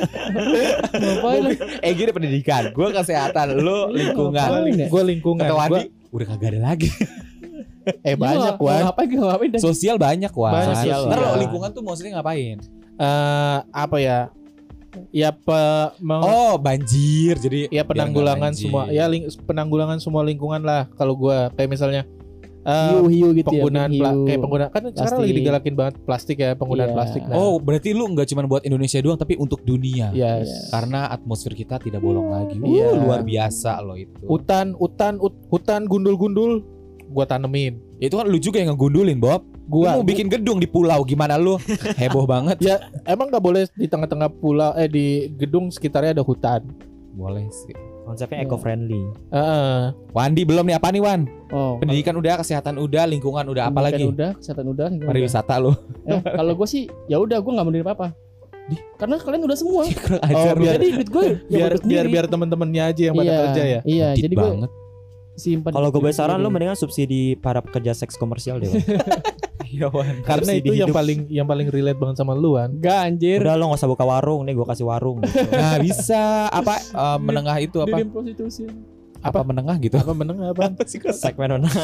Ngapain lu? Egi udah pendidikan, gua kesehatan, lu lingkungan. Ngapain ya? Gua lingkungan. Kata Gua, Wandi, udah kagak ada lagi. banyak Wan. Ngapain dah? Sosial banyak, Wan. Banyak sosial. Ntar lo Iya. lingkungan tuh maksudnya ngapain? Apa ya? Ya Oh, banjir. Jadi ya penanggulangan biar nggak semua. banjir. Ya penanggulangan semua lingkungan lah kalau gua. Kayak misalnya Hiu gitu ya. penggunaan hiu. kayak penggunaan kan sekarang lagi Plastik. digalakin banget plastik ya, penggunaan Iya. plastik. Nah, Oh, berarti lu nggak cuma buat Indonesia doang, tapi untuk dunia. yes. Karena atmosfer kita tidak bolong lagi. Iya. Luar biasa loh itu. Hutan gundul-gundul gua tanemin. Itu kan lu juga yang ngegundulin, Bob. Gua Lu mau bikin gedung di pulau, gimana lu? Heboh banget. ya emang nggak boleh di tengah-tengah pulau di gedung sekitarnya ada hutan. Boleh sih. Konsepnya Iya. eco friendly. Wandi belum nih, apa nih, Wan? Oh. Pendidikan udah, kesehatan udah, lingkungan udah, apa Pendidikan lagi? Udah, kesehatan udah. lingkungan udah. Pariwisata lu. Kalau gue sih ya udah gue nggak mau apa-apa. Karena kalian udah semua. Kurang Oh, ajar lu. biar- Jadi duit gue biar temen-temennya aja yang pada kerja ya. Iya, Dikit jadi gue banget. simpan. Kalau gue duit saran lu sendiri. mendingan subsidi para pekerja seks komersial deh. Wan. Iya, Wan. Karena Subsidi itu yang hidup. paling relate banget sama lu kan. Enggak anjir. Udah lo gak usah buka warung, nih gue kasih warung. Gitu. Nah, bisa apa menengah itu apa? Dirim prostitusi. Apa menengah gitu? Apa meneng apa? Apa sih kok? Segmen mana?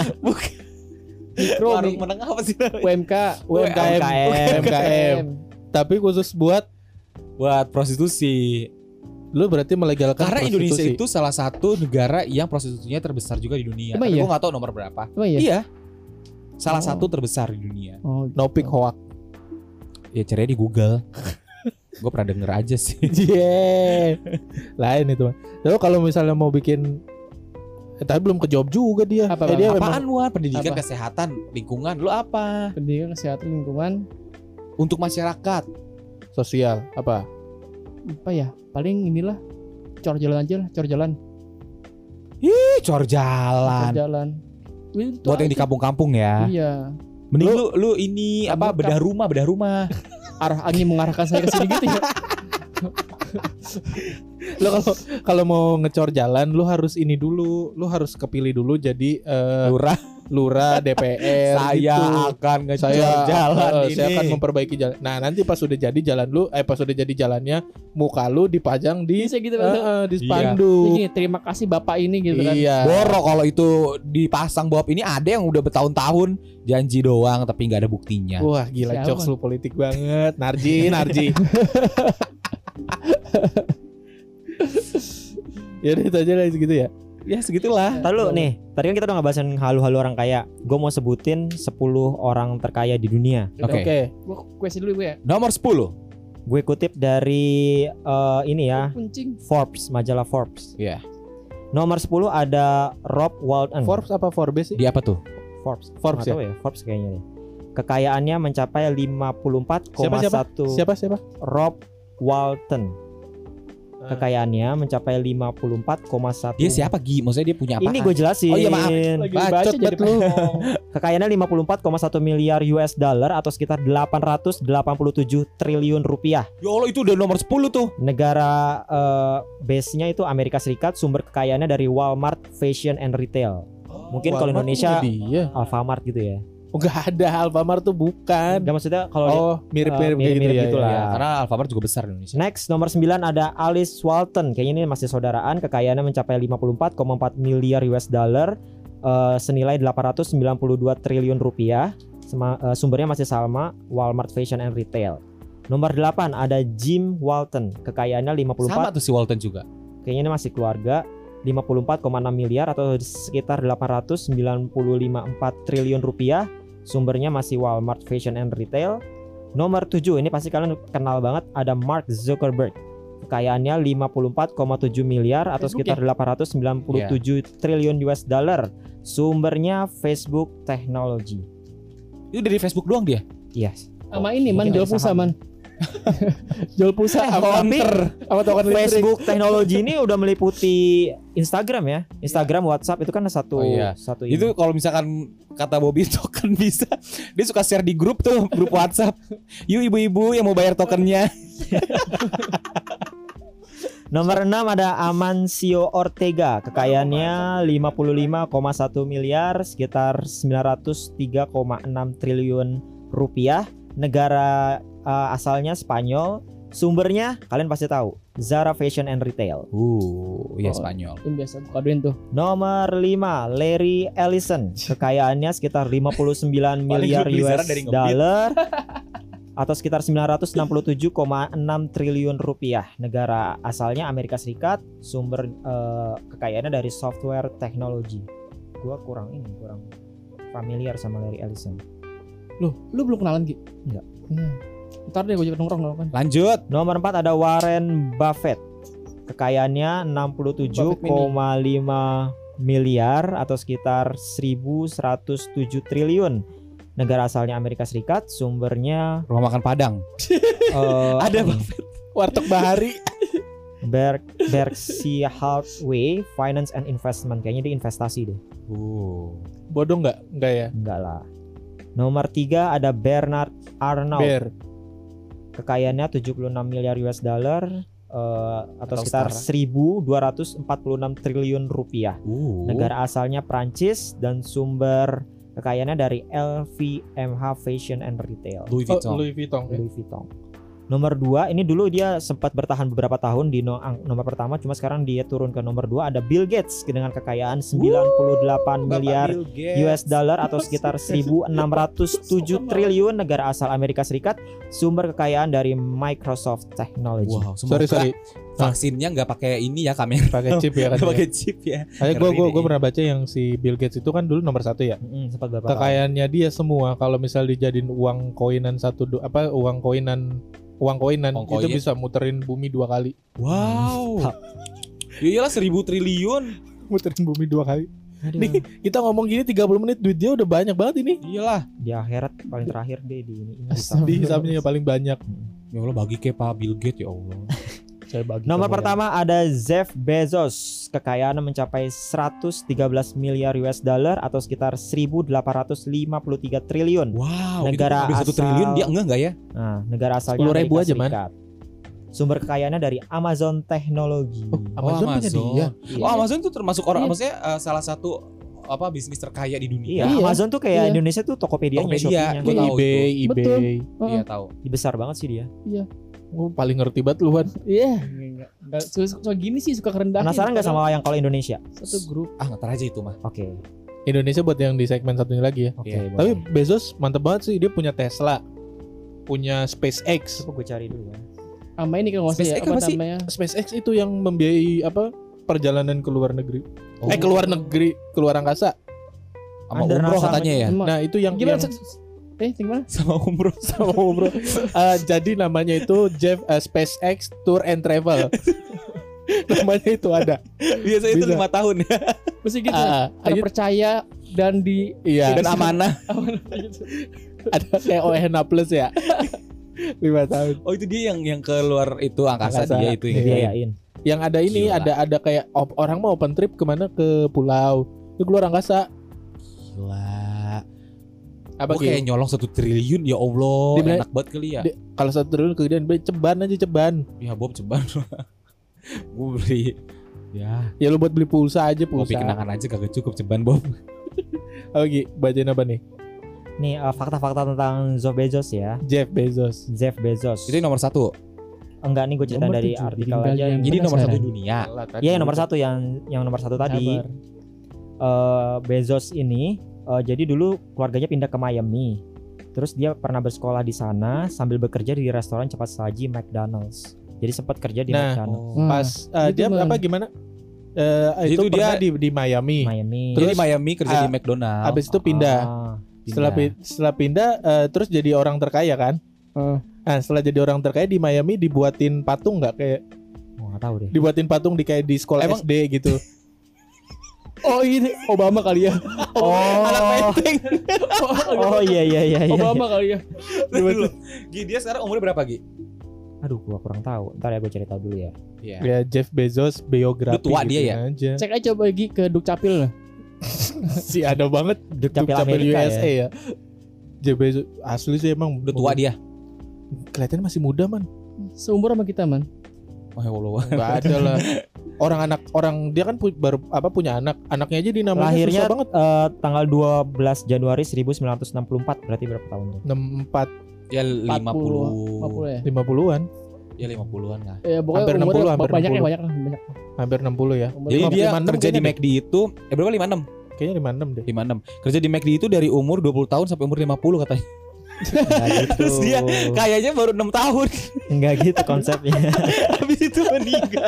Mikro Warung menengah apa sih? UMK. UMKM. Tapi khusus buat Buat prostitusi. lu berarti melegalkan Karena Indonesia prostitusi. itu salah satu negara yang prostitusinya terbesar juga di dunia. Emang Tapi iya? gue gak tahu nomor berapa. Emang iya? Iya. Salah Oh. satu terbesar di dunia. Oh, No pick hoax. Ya caranya di Google. Gue pernah denger aja sih. Yeah. Lain itu. Lalu kalau misalnya mau bikin tapi belum kejawab juga dia. Apa, Bang? Dia Apaan memang- Wan? Pendidikan, Apa? kesehatan, lingkungan. Lu apa? Pendidikan, kesehatan, lingkungan. Untuk masyarakat. sosial apa? Apa ya? Paling inilah. Cor jalan aja lah, cor jalan. Cor jalan. Jalan. Itu Buat yang di aja. kampung-kampung ya. Iya. Mending lu ini apa bedah rumah. Arah angin mengarahkan saya ke sini gitu ya. Lo kalau mau ngecor jalan lu harus ini dulu, lu harus kepilih dulu jadi lurah DPR Saya gitu. akan ngecor Saya jalan ini. saya akan memperbaiki jalan. Nah, nanti pas sudah jadi jalan lu, pas sudah jadi jalannya, muka lu dipajang di Bisa gitu betul. di spanduk. Gini, terima kasih Bapak ini gitu kan. Iya. Borok kalau itu dipasang Bob, ini ada yang udah bertahun-tahun janji doang tapi nggak ada buktinya. Wah, gila Siapa? jokes lu politik banget. Narji. Ya udah itu aja lah segitu ya. Ya segitulah. Ntar lu nih, tadi kan kita udah ngebahasin halu-halu orang kaya. Gue mau sebutin 10 orang terkaya di dunia. Oke. Oke. Gua kuesin dulu gue ya. Nomor 10. Gue kutip dari ini ya, Kuncing. Forbes, majalah Forbes. Iya. Nomor 10 ada Rob Walton. Forbes apa Forbes sih? Di apa tuh? Forbes Forbes Nggak tahu ya, Forbes kayaknya nih. Kekayaannya mencapai 54,1 Siapa? Rob Walton. Kekayaannya mencapai 54,1. Dia siapa Gi? Maksudnya dia punya apa? Ini gue jelasin. Oh iya, maaf. Lagi baca Bacot jadi banget lu. Kekayaannya 54,1 miliar US dollar atau sekitar 887 triliun rupiah. Ya Allah, itu udah nomor 10 tuh. Negara base-nya itu Amerika Serikat, sumber kekayaannya dari Walmart Fashion and Retail. Mungkin kalau Walmart Indonesia punya dia. Alfamart gitu ya. Oh, enggak ada, Alfamart tuh bukan. Enggak, maksudnya kalau Oh, mirip-mirip kayak gitu mirip-mirip ya. gitu lah. ya. Karena Alfamart juga besar di Indonesia. Next nomor 9 ada Alice Walton. Kayaknya ini masih saudaraan. Kekayaannya mencapai 54,4 miliar US dollar, senilai 892 triliun rupiah. Sumbernya masih sama, Walmart Fashion and Retail. Nomor 8 ada Jim Walton. Kekayaannya 54. Sama tuh si Walton juga. Kayaknya ini masih keluarga. 54,6 miliar atau sekitar 895,4 triliun rupiah. Sumbernya masih Walmart Fashion and Retail. Nomor 7, ini pasti kalian kenal banget, ada Mark Zuckerberg. Kekayaannya 54,7 miliar atau Facebook sekitar 897 triliun US dollar. Sumbernya Facebook Technology. Itu dari Facebook doang dia. Yes. Sama ini man, mungkin jual ada pulsa saham. man. Jual pulsa Tapi Apa token listrik? Facebook Technology ini udah meliputi Instagram ya. Instagram, WhatsApp itu kan satu Oh iya. satu ini. Itu kalau misalkan kata Bobby token bisa. Dia suka share di grup tuh, grup WhatsApp. Yuk ibu-ibu yang mau bayar tokennya. Nomor 6 ada Amancio Ortega. Kekayaannya 55,1 miliar, sekitar 903,6 triliun rupiah. Negara asalnya Spanyol. Sumbernya kalian pasti tahu, Zara Fashion and Retail. Iya Oh. Spanyol. Ini biasa buka duit tuh. Nomor 5 Larry Ellison. Kekayaannya sekitar 59 miliar beli Zara US dari ngebit. dollar atau sekitar 967,6 triliun rupiah. Negara asalnya Amerika Serikat. Sumber kekayaannya dari software teknologi. Gua kurang familiar sama Larry Ellison. Loh, lu belum kenalan Ki? Enggak. Ntar deh gue jadi nongkrong kan. Lanjut. Nomor 4 ada Warren Buffett. Kekayaannya 67,5 miliar atau sekitar 1.107 triliun. Negara asalnya Amerika Serikat. Sumbernya Rumah makan Padang. Ada ini, Warteg Bahari. Berkshire Hathaway Finance and Investment. Kayaknya dia investasi deh. Bodoh enggak? Enggak ya? Enggak lah. Nomor 3 ada Bernard Arnault. Bear. Kekayaannya 76 miliar US dollar atau sekitar 1.246 triliun rupiah. Negara asalnya Prancis dan sumber kekayaannya dari LVMH Fashion and Retail. Louis Vuitton. Louis Vuitton. ya. Louis Vuitton. Nomor 2 ini dulu dia sempat bertahan beberapa tahun di nomor pertama, cuma sekarang dia turun ke nomor 2 ada Bill Gates dengan kekayaan 98 miliar US dollar atau sekitar 1.607 triliun. Negara asal Amerika Serikat. Sumber kekayaan dari Microsoft Technology. Wow, Sorry. Vaksinnya nggak pakai ini ya kamera. Pakai chip ya kan. Nggak pakai chip ya. Gue pernah baca yang si Bill Gates itu kan dulu nomor 1 ya. Sempat berapa tahun. Kekayaannya dia semua kalau misal dijadiin uang koinan uang koinan Uang itu koin. bisa muterin bumi 2 kali. Wow. Ya iyalah 1.000 triliun. Muterin bumi 2 kali. Aduh. Nih, kita ngomong gini 30 menit duit dia udah banyak banget ini. Iyalah. Di akhirat paling terakhir deh di ini. Di hisapnya yang paling banyak. Ya Allah bagi kayak Pak Bill Gates ya Allah. Saya bagi Nomor kamu ya. pertama ada Jeff Bezos. Kekayaannya mencapai 113 miliar US dollar atau sekitar 1.853 triliun. Wow, Negara itu 1 asal- triliun dia enggak ya? Nah, negara asalnya 10.000 Amerika aja, Man. Serikat. Sumber kekayaannya dari Amazon Teknologi. Amazon punya dia. Iya. Oh, Amazon itu termasuk orang Iya. maksudnya salah satu apa bisnis terkaya di dunia. Iya, Iya. Amazon tuh kayak Iya. Indonesia tuh Tokopedia-nya, Tokopedia, Shopee-nya. gua tahu eBay, Betul. eBay. Iya, tahu. Besar banget sih dia. Oh, paling ngerti banget lu, Wan. Iya. Enggak suka gini sih, suka kerendahin. Penasaran nggak sama yang kalau Indonesia? satu grup? Ah, ntar aja itu mah. Oke. Indonesia buat yang di segmen satunya lagi ya. Oke. Iya. boleh. Tapi Bezos mantep banget sih, dia punya Tesla, punya SpaceX. coba gue cari dulu ya. Sama ini kalau nggak salah ya, SpaceX apa sih? namanya? SpaceX itu yang membiayai apa perjalanan ke luar negeri. Oh. Keluar negeri, keluar angkasa. Sama Under umroh NASA. katanya ya. Emang- Nah, itu yang Gimana? yang Gimana? Sama umroh. sama bro. Jadi namanya itu Jeff SpaceX Tour and Travel. Namanya itu ada. Biasa itu Bisa. 5 tahun ya. Mesti gitu. Ah, Terpercaya dan di iya. Dan amanah. Ada kayak ONH Plus ya. 5 tahun. Oh, itu dia yang keluar itu angkasa, Angkasa. dia itu ya. Dibiayain. Yang ada ini Gila. ada kayak orang mau open trip kemana ke pulau. Itu keluar angkasa. Gila. Apa Gua kayak kayak nyolong 1 triliun ya Allah. Dibilang- Enak banget kali ya. kalau 1 triliun kemudian beli ceban aja ceban. Ya Bob ceban. Gue beli. Ya, Ya lu buat beli pulsa aja kopi pulsa. kenangan aja kagak cukup ceban Bob. Oke, bacain apa nih? Nih fakta-fakta tentang Jeff Bezos ya. Jeff Bezos. Jeff Bezos. Itu yang nomor 1. Enggak nih gue cerita Nomor dari 7, artikel tinggal aja. yang Jadi nomor 1 penasaran. dunia. Iya yang nomor 1 yang nomor 1 tadi. Sabar. Bezos ini jadi dulu keluarganya pindah ke Miami. Terus dia pernah bersekolah di sana sambil bekerja di restoran cepat saji McDonald's. Jadi sempat kerja di Nah, McDonald's. Hmm. Pas Itu dia Man. apa gimana? Itu Itu pernah dia- di Miami. Miami. Jadi Terus, Miami kerja di ah, McDonald. Habis itu pindah. Ah, Setelah pindah terus jadi orang terkaya kan? Ah. Nah, setelah jadi orang terkaya di Miami dibuatin patung nggak kayak nggak tahu deh. dibuatin patung di kayak di sekolah Emang- SD gitu. Oh ini Obama kali ya. Anak menteng. Oh iya iya iya. iya. Obama kali ya. Gi, dia sekarang umurnya berapa, Gi? Aduh gua kurang tahu. Ntar ya gue cerita dulu ya. Iya. Ya Jeff Bezos biografi. Lu tua dia gitu ya? Aja. Cek aja coba lagi ke Dukcapil lah. Si ada banget Dukcapil Dukcapil Amerika USA ya. Jeff Bezos asli sih emang Udah tua dia. Kelihatannya masih muda man. Seumur sama kita, Man. Oh ya Allah. Enggak ada lah. Orang dia kan baru punya anak. Anaknya aja dinamain Lahirnya susah banget. tanggal 12 Januari 1964. Berarti berapa tahun tuh? 64 Ya 50 50. ya. 50-an. Ya 50-an lah. Ya pokoknya Hampir 60, umurnya hampir banyak 60. ya banyak lah banyak. Hampir 60 ya. Umur Jadi dia 56 kerja di kayaknya McD itu berapa 56? Kayaknya 56 deh. 56. Kerja di McD itu dari umur 20 tahun sampai umur 50 katanya. Enggak gitu. Terus dia kayaknya baru 6 tahun. Enggak gitu konsepnya. Habis itu meninggal.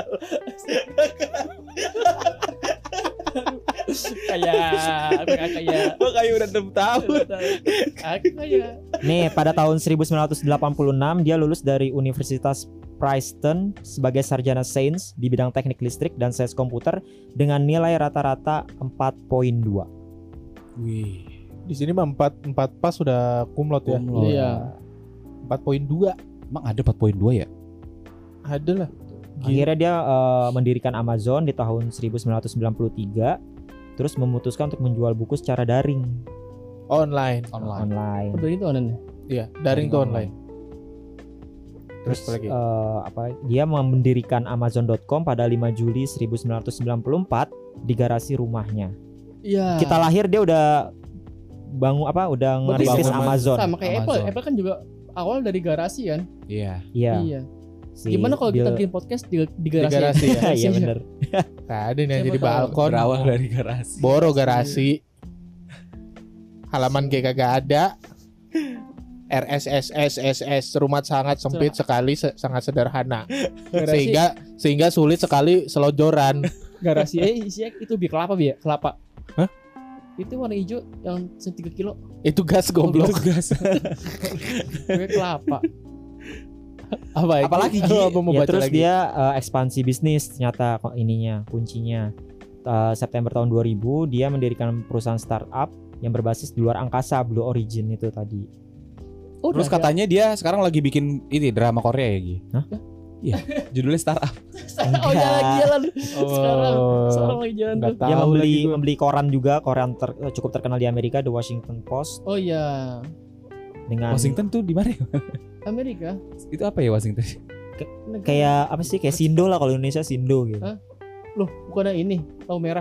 Kayak Makanya udah 6 tahun. kayak Nih, pada tahun 1986 dia lulus dari Universitas Princeton sebagai sarjana sains di bidang teknik listrik dan sains komputer dengan nilai rata-rata 4.2. Wih. Di sini mah 4 pas sudah cum laude ya. Cum laude. Iya. 4.2 Emang ada 4.2 ya? ada lah. Akhirnya dia mendirikan Amazon di tahun 1993, terus memutuskan untuk menjual buku secara daring Online. online. Betul itu online. Iya, daring tuh online. Terus apa lagi? Dia mendirikan Amazon.com pada 5 Juli 1994 di garasi rumahnya. Iya. Kita lahir dia udah udah Berarti ngerintis sama- Amazon. Sama kayak Apple. Amazon. Apple kan juga awal dari garasi kan. Iya. Iya. Iya. si Gimana kalau kita Bill- bikin podcast di Di garasi? garasi ya. Iya bener. Nggak ada nih yang Siapa jadi tahu. balkon. Berawal dari garasi. Boro garasi. Halaman kayak kagak ada. RSSSSS rumah sangat sempit sekali sangat sederhana. Garasi, Sehingga sulit sekali selojoran. garasi isinya itu bi kelapa bi ya? Kelapa. Hah? Itu warna hijau yang 3 kilo. Itu gas goblok. Gas. Gue kelapa. Apa Apalagi, Gi? Apa mau Ya, baca terus lagi? dia ekspansi bisnis ternyata kuncinya. September tahun 2000 dia mendirikan perusahaan startup yang berbasis di luar angkasa, Blue Origin itu tadi. Oh, Terus udah ada. katanya dia sekarang lagi bikin ini drama Korea ya, Gi? Judulnya startup. Oh ya lagi jalan. Sekarang lagi jalan nggak tuh. tahu Dia lagi gua. membeli koran juga, koran cukup terkenal di Amerika, The Washington Post Oh iya. dengan Washington tuh di mana ya? Amerika. Itu apa ya Washington? kayak apa sih, kayak Sindo lah kalau Indonesia Sindo gitu. Hah? Loh, bukannya ini, tahu merah.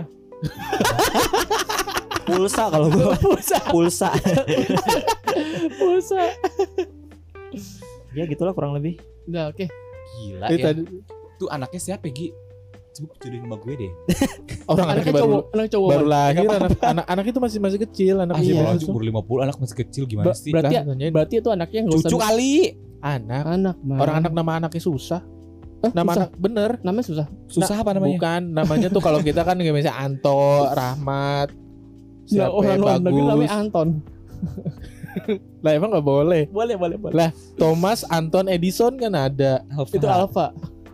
Pulsa kalau gua. Pulsa. Pulsa. Ya gitulah kurang lebih. Udah, oke. Gila Itu ya. tadi Tuh anaknya siapa Gi? Coba jodohin sama gue deh. orang anaknya Anaknya baru cowok, anak cowok. baru lahir, anak itu masih kecil, anak Iya, masih umur 50 anak masih kecil gimana sih? Berarti Lah, nanyain. berarti itu anaknya enggak usah Cucu kali. anak Mah. orang anak nama anaknya susah. Nama susah. anak bener. Namanya susah. Susah apa namanya? Bukan, namanya tuh kalau kita kan kayak misalnya Anto, Rahmat, Nah, siapa orang luar negeri namanya bagus. Anton. Lah emang nggak boleh. Boleh. Lah, Thomas Anton Edison kan ada. Itu Alfa.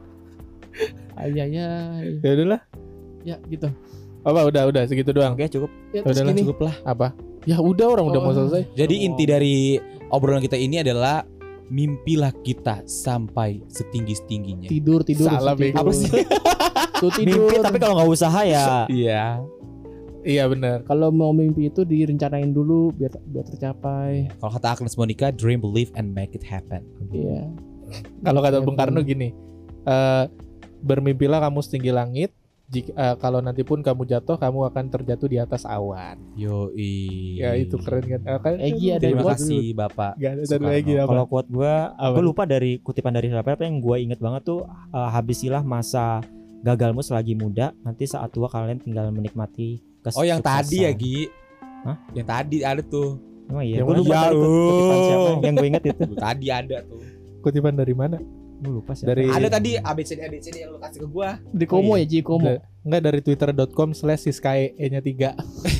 Ayayay. Ya udahlah. Ya gitu. Apa udah segitu doang. Oke, cukup. Ya terus Udahlah, gini. Cukup lah. Apa? Ya udah orang udah mau Oh. selesai. Jadi inti dari obrolan kita ini adalah mimpilah kita sampai setinggi-tingginya. Tidur. Salah, tidur. bego. Apa sih? Tuh tidur. Mimpi tapi kalau nggak usaha ya Iya. Iya benar. Kalau mau mimpi itu direncanain dulu biar tercapai. Kalau kata Agnes Monica, dream, believe, and make it happen. Iya. Kalau kata Iya, Bung Karno bener. gini, bermimpilah kamu setinggi langit. Jika kalau nanti pun kamu jatuh, kamu akan terjatuh di atas awan. Yoi. Ya itu keren kan? Kan Egi ada Terima buat kasih Bapak. Gak ada tadi Soekarno. lagi apa? kalau quote gue Apa? lupa dari kutipan dari siapa, yang gue inget banget tuh, habisilah masa gagalmu selagi muda, nanti saat tua kalian tinggal menikmati kesuksesan. Oh yang tadi ya Gi? Hah? Yang tadi ada tuh. Emang iya, Yang gue lupa mana? dari kutipan siapa yang gue inget itu. Tuh, tadi ada tuh. Kutipan dari mana? Gue lupa sih. Dari Ada tadi ABCD yang lu kasih ke gua. Di Komo Oh, iya. ya, Ji Komo. Enggak, dari twitter.com/siskae nya 3.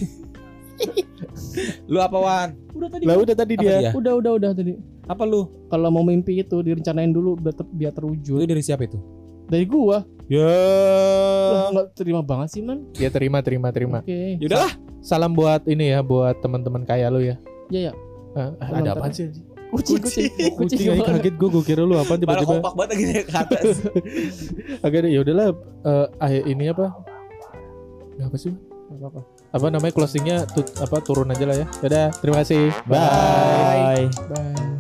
Lu apa Wan? Udah tadi. Lah udah tadi Apa dia. dia? Udah tadi. Apa lu? Kalau mau mimpi itu direncanain dulu biar Itu terwujud. dari siapa itu? Dari gua. Ya. Lah, nggak terima banget sih, Man. Ya terima. Oke. Yaudahlah. Salam buat ini ya, buat teman-teman kaya lu ya. Ya. Ada apa sih? Kucing. Kucing aja kaget gue kira lu apa Malah tiba-tiba. kompak banget lagi ke atas. Oke deh, ya udahlah, ini apa? Nggak apa sih? Apa-apa. Apa namanya closingnya turun aja lah ya. Dadah, terima kasih. Bye. Bye. Bye.